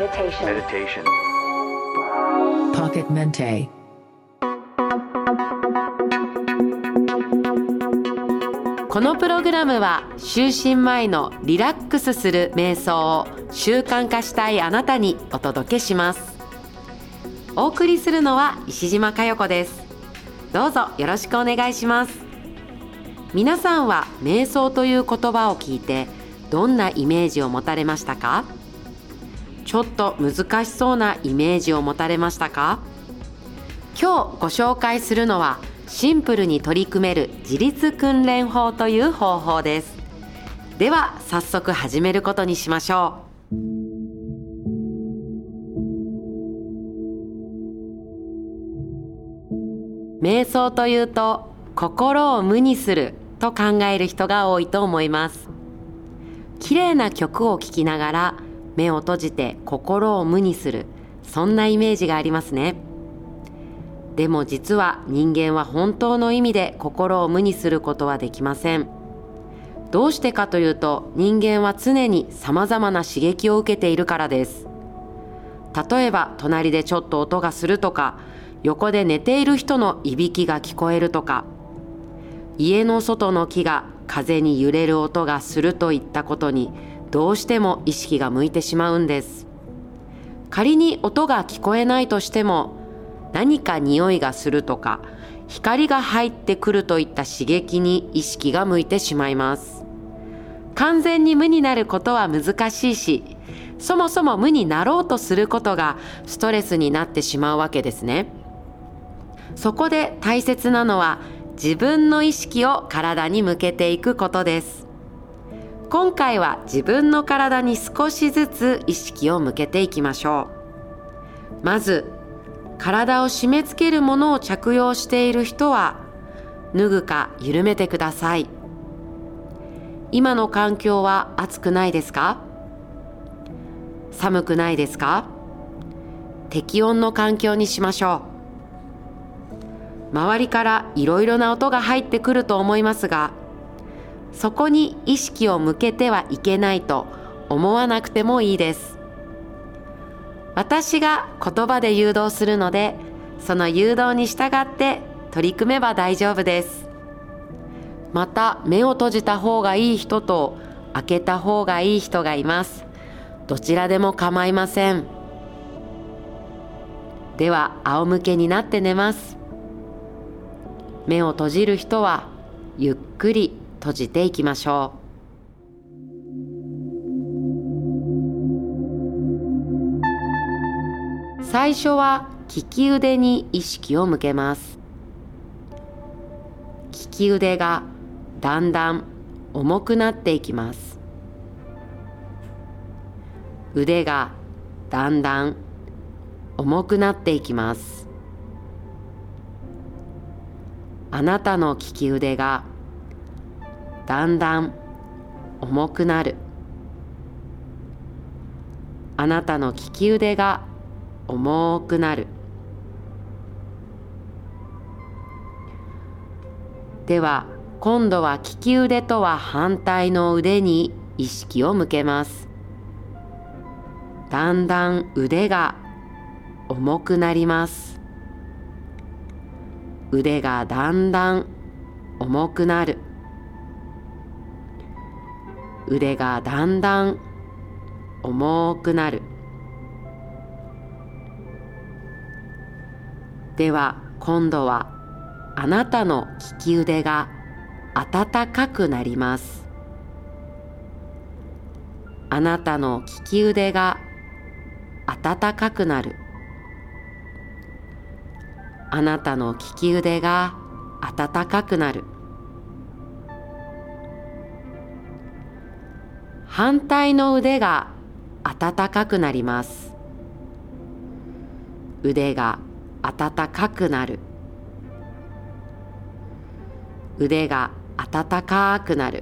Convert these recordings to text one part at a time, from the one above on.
Meditation. Pocket Mente。 このプログラムは就寝前のリラックスする瞑想を習慣化したいあなたにお届けします。お送りするのは石島佳代子です。どうぞよろしくお願いします。皆さんは瞑想という言葉を聞いてどんなイメージを持たれましたか？ちょっと難しそうなイメージを持たれましたか？今日ご紹介するのはシンプルに取り組める自律訓練法という方法です。では早速始めることにしましょう。瞑想というと心を無にすると考える人が多いと思います。綺麗な曲を聴きながら目を閉じて心を無にする、そんなイメージがありますね。でも実は人間は本当の意味で心を無にすることはできません。どうしてかというと、人間は常に様々な刺激を受けているからです。例えば隣でちょっと音がするとか、横で寝ている人のいびきが聞こえるとか、家の外の木が風に揺れる音がするといったことにどうしても意識が向いてしまうんです。仮に音が聞こえないとしても、何か匂いがするとか光が入ってくるといった刺激に意識が向いてしまいます。完全に無になることは難しいし、そもそも無になろうとすることがストレスになってしまうわけですね。そこで大切なのは自分の意識を体に向けていくことです。今回は自分の体に少しずつ意識を向けていきましょう。まず体を締め付けるものを着用している人は脱ぐか緩めてください。今の環境は暑くないですか？寒くないですか？適温の環境にしましょう。周りからいろいろな音が入ってくると思いますが、そこに意識を向けてはいけないと思わなくてもいいです。私が言葉で誘導するので、その誘導に従って取り組めば大丈夫です。また目を閉じた方がいい人と開けた方がいい人がいます。どちらでも構いません。では仰向けになって寝ます。目を閉じる人はゆっくり閉じていきましょう。最初は利き腕に意識を向けます。利き腕がだんだん重くなっていきます。腕がだんだん重くなっていきます。あなたの利き腕がだんだん重くなる。あなたの利き腕が重くなる。では今度は利き腕とは反対の腕に意識を向けます。だんだん腕が重くなります。腕がだんだん重くなる。腕がだんだん重くなる。では今度はあなたの利き腕が温かくなります。あなたの利き腕が温かくなる。あなたの利き腕が温かくなる。反対の腕が温かくなります。腕が温かくなる。腕が温かくなる。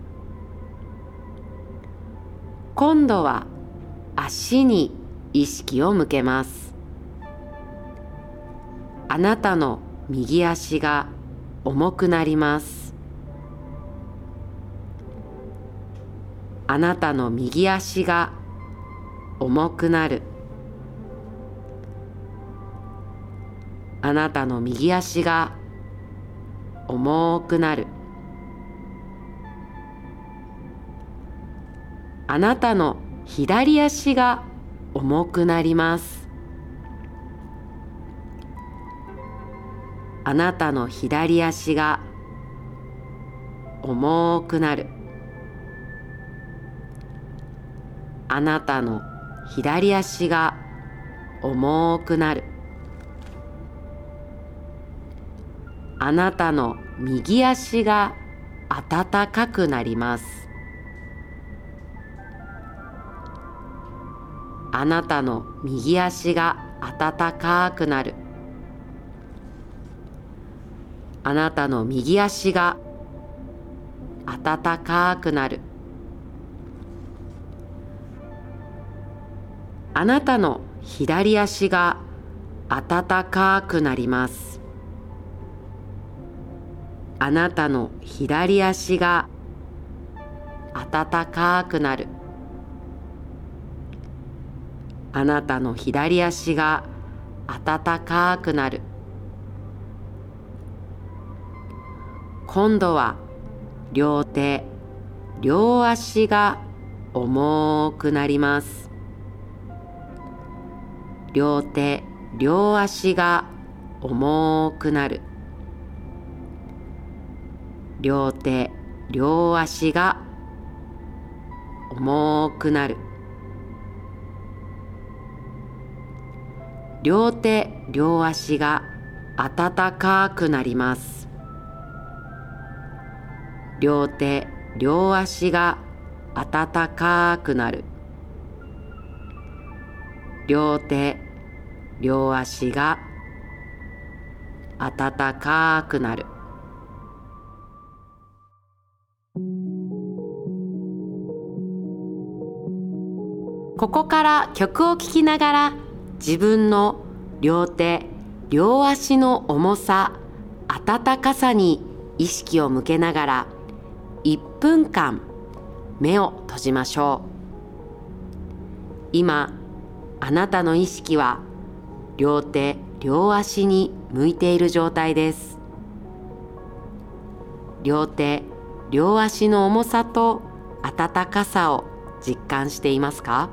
今度は足に意識を向けます。あなたの右足が重くなります。あなたの右足が重くなる。 あなたの右足が重くなる。あなたの左足が重くなります。あなたの左足が重くなる。あなたの左足が重くなる。あなたの右足が暖かくなります。あなたの右足が暖かくなる。あなたの右足が暖かくなる。あなたの左足が暖かくなります。あなたの左足が暖かくなる。あなたの左足が暖かくなる。今度は両手、両足が重くなります。両手、両足が重くなる。両手、両足が重くなる。両手、両足が暖かくなります。両手、両足が暖かくなる。両手、両足が暖かくなる。ここから曲を聴きながら自分の両手、両足の重さ、暖かさに意識を向けながら1分間目を閉じましょう。今、あなたの意識は両手、両足に向いている状態です。両手、両足の重さと暖かさを実感していますか？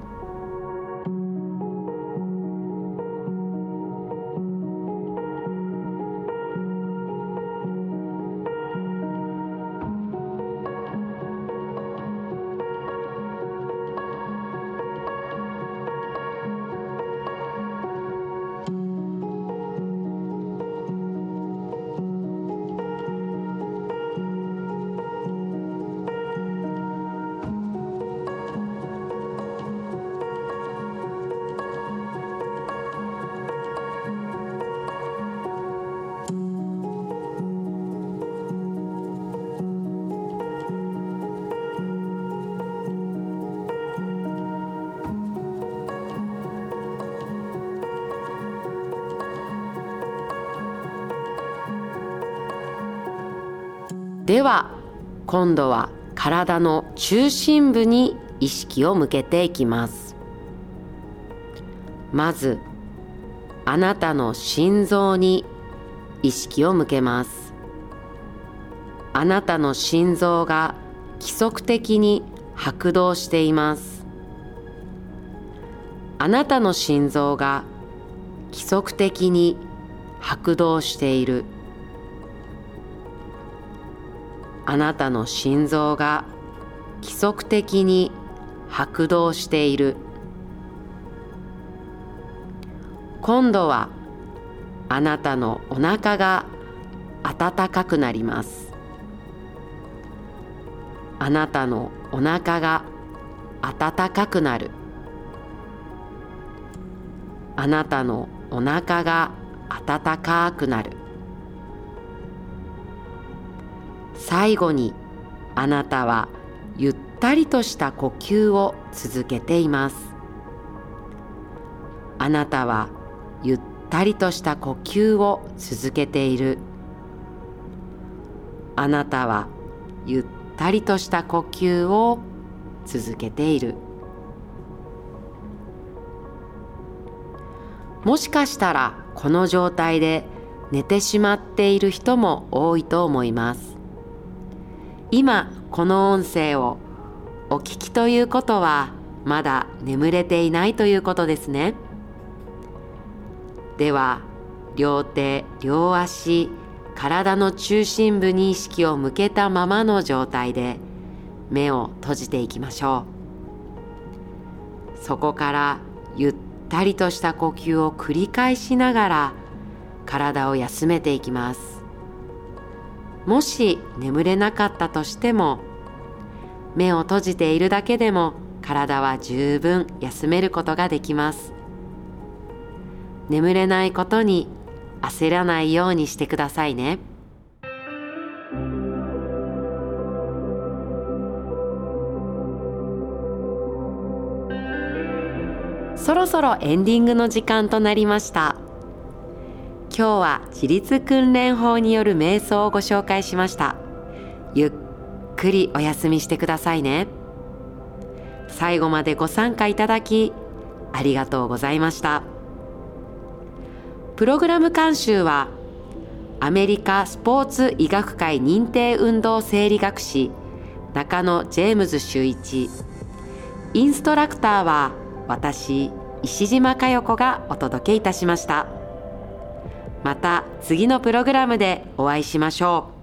では今度は体の中心部に意識を向けていきます。まずあなたの心臓に意識を向けます。あなたの心臓が規則的に拍動しています。あなたの心臓が規則的に拍動している。あなたの心臓が規則的に拍動している。今度はあなたのお腹が温かくなります。あなたのお腹が温かくなる。あなたのお腹が温かくなる。最後にあなたはゆったりとした呼吸を続けています。あなたはゆったりとした呼吸を続けている。あなたはゆったりとした呼吸を続けている。もしかしたらこの状態で寝てしまっている人も多いと思います。今この音声をお聞きということはまだ眠れていないということですね。では両手両足、体の中心部に意識を向けたままの状態で目を閉じていきましょう。そこからゆったりとした呼吸を繰り返しながら体を休めていきます。もし眠れなかったとしても、目を閉じているだけでも体は十分休めることができます。眠れないことに焦らないようにしてくださいね。そろそろエンディングの時間となりました。今日は自律訓練法による瞑想をご紹介しました。ゆっくりお休みしてくださいね。最後までご参加いただきありがとうございました。プログラム監修はアメリカスポーツ医学会認定運動生理学士中野ジェームズ修一、インストラクターは私石島佳代子がお届けいたしました。また次のプログラムでお会いしましょう。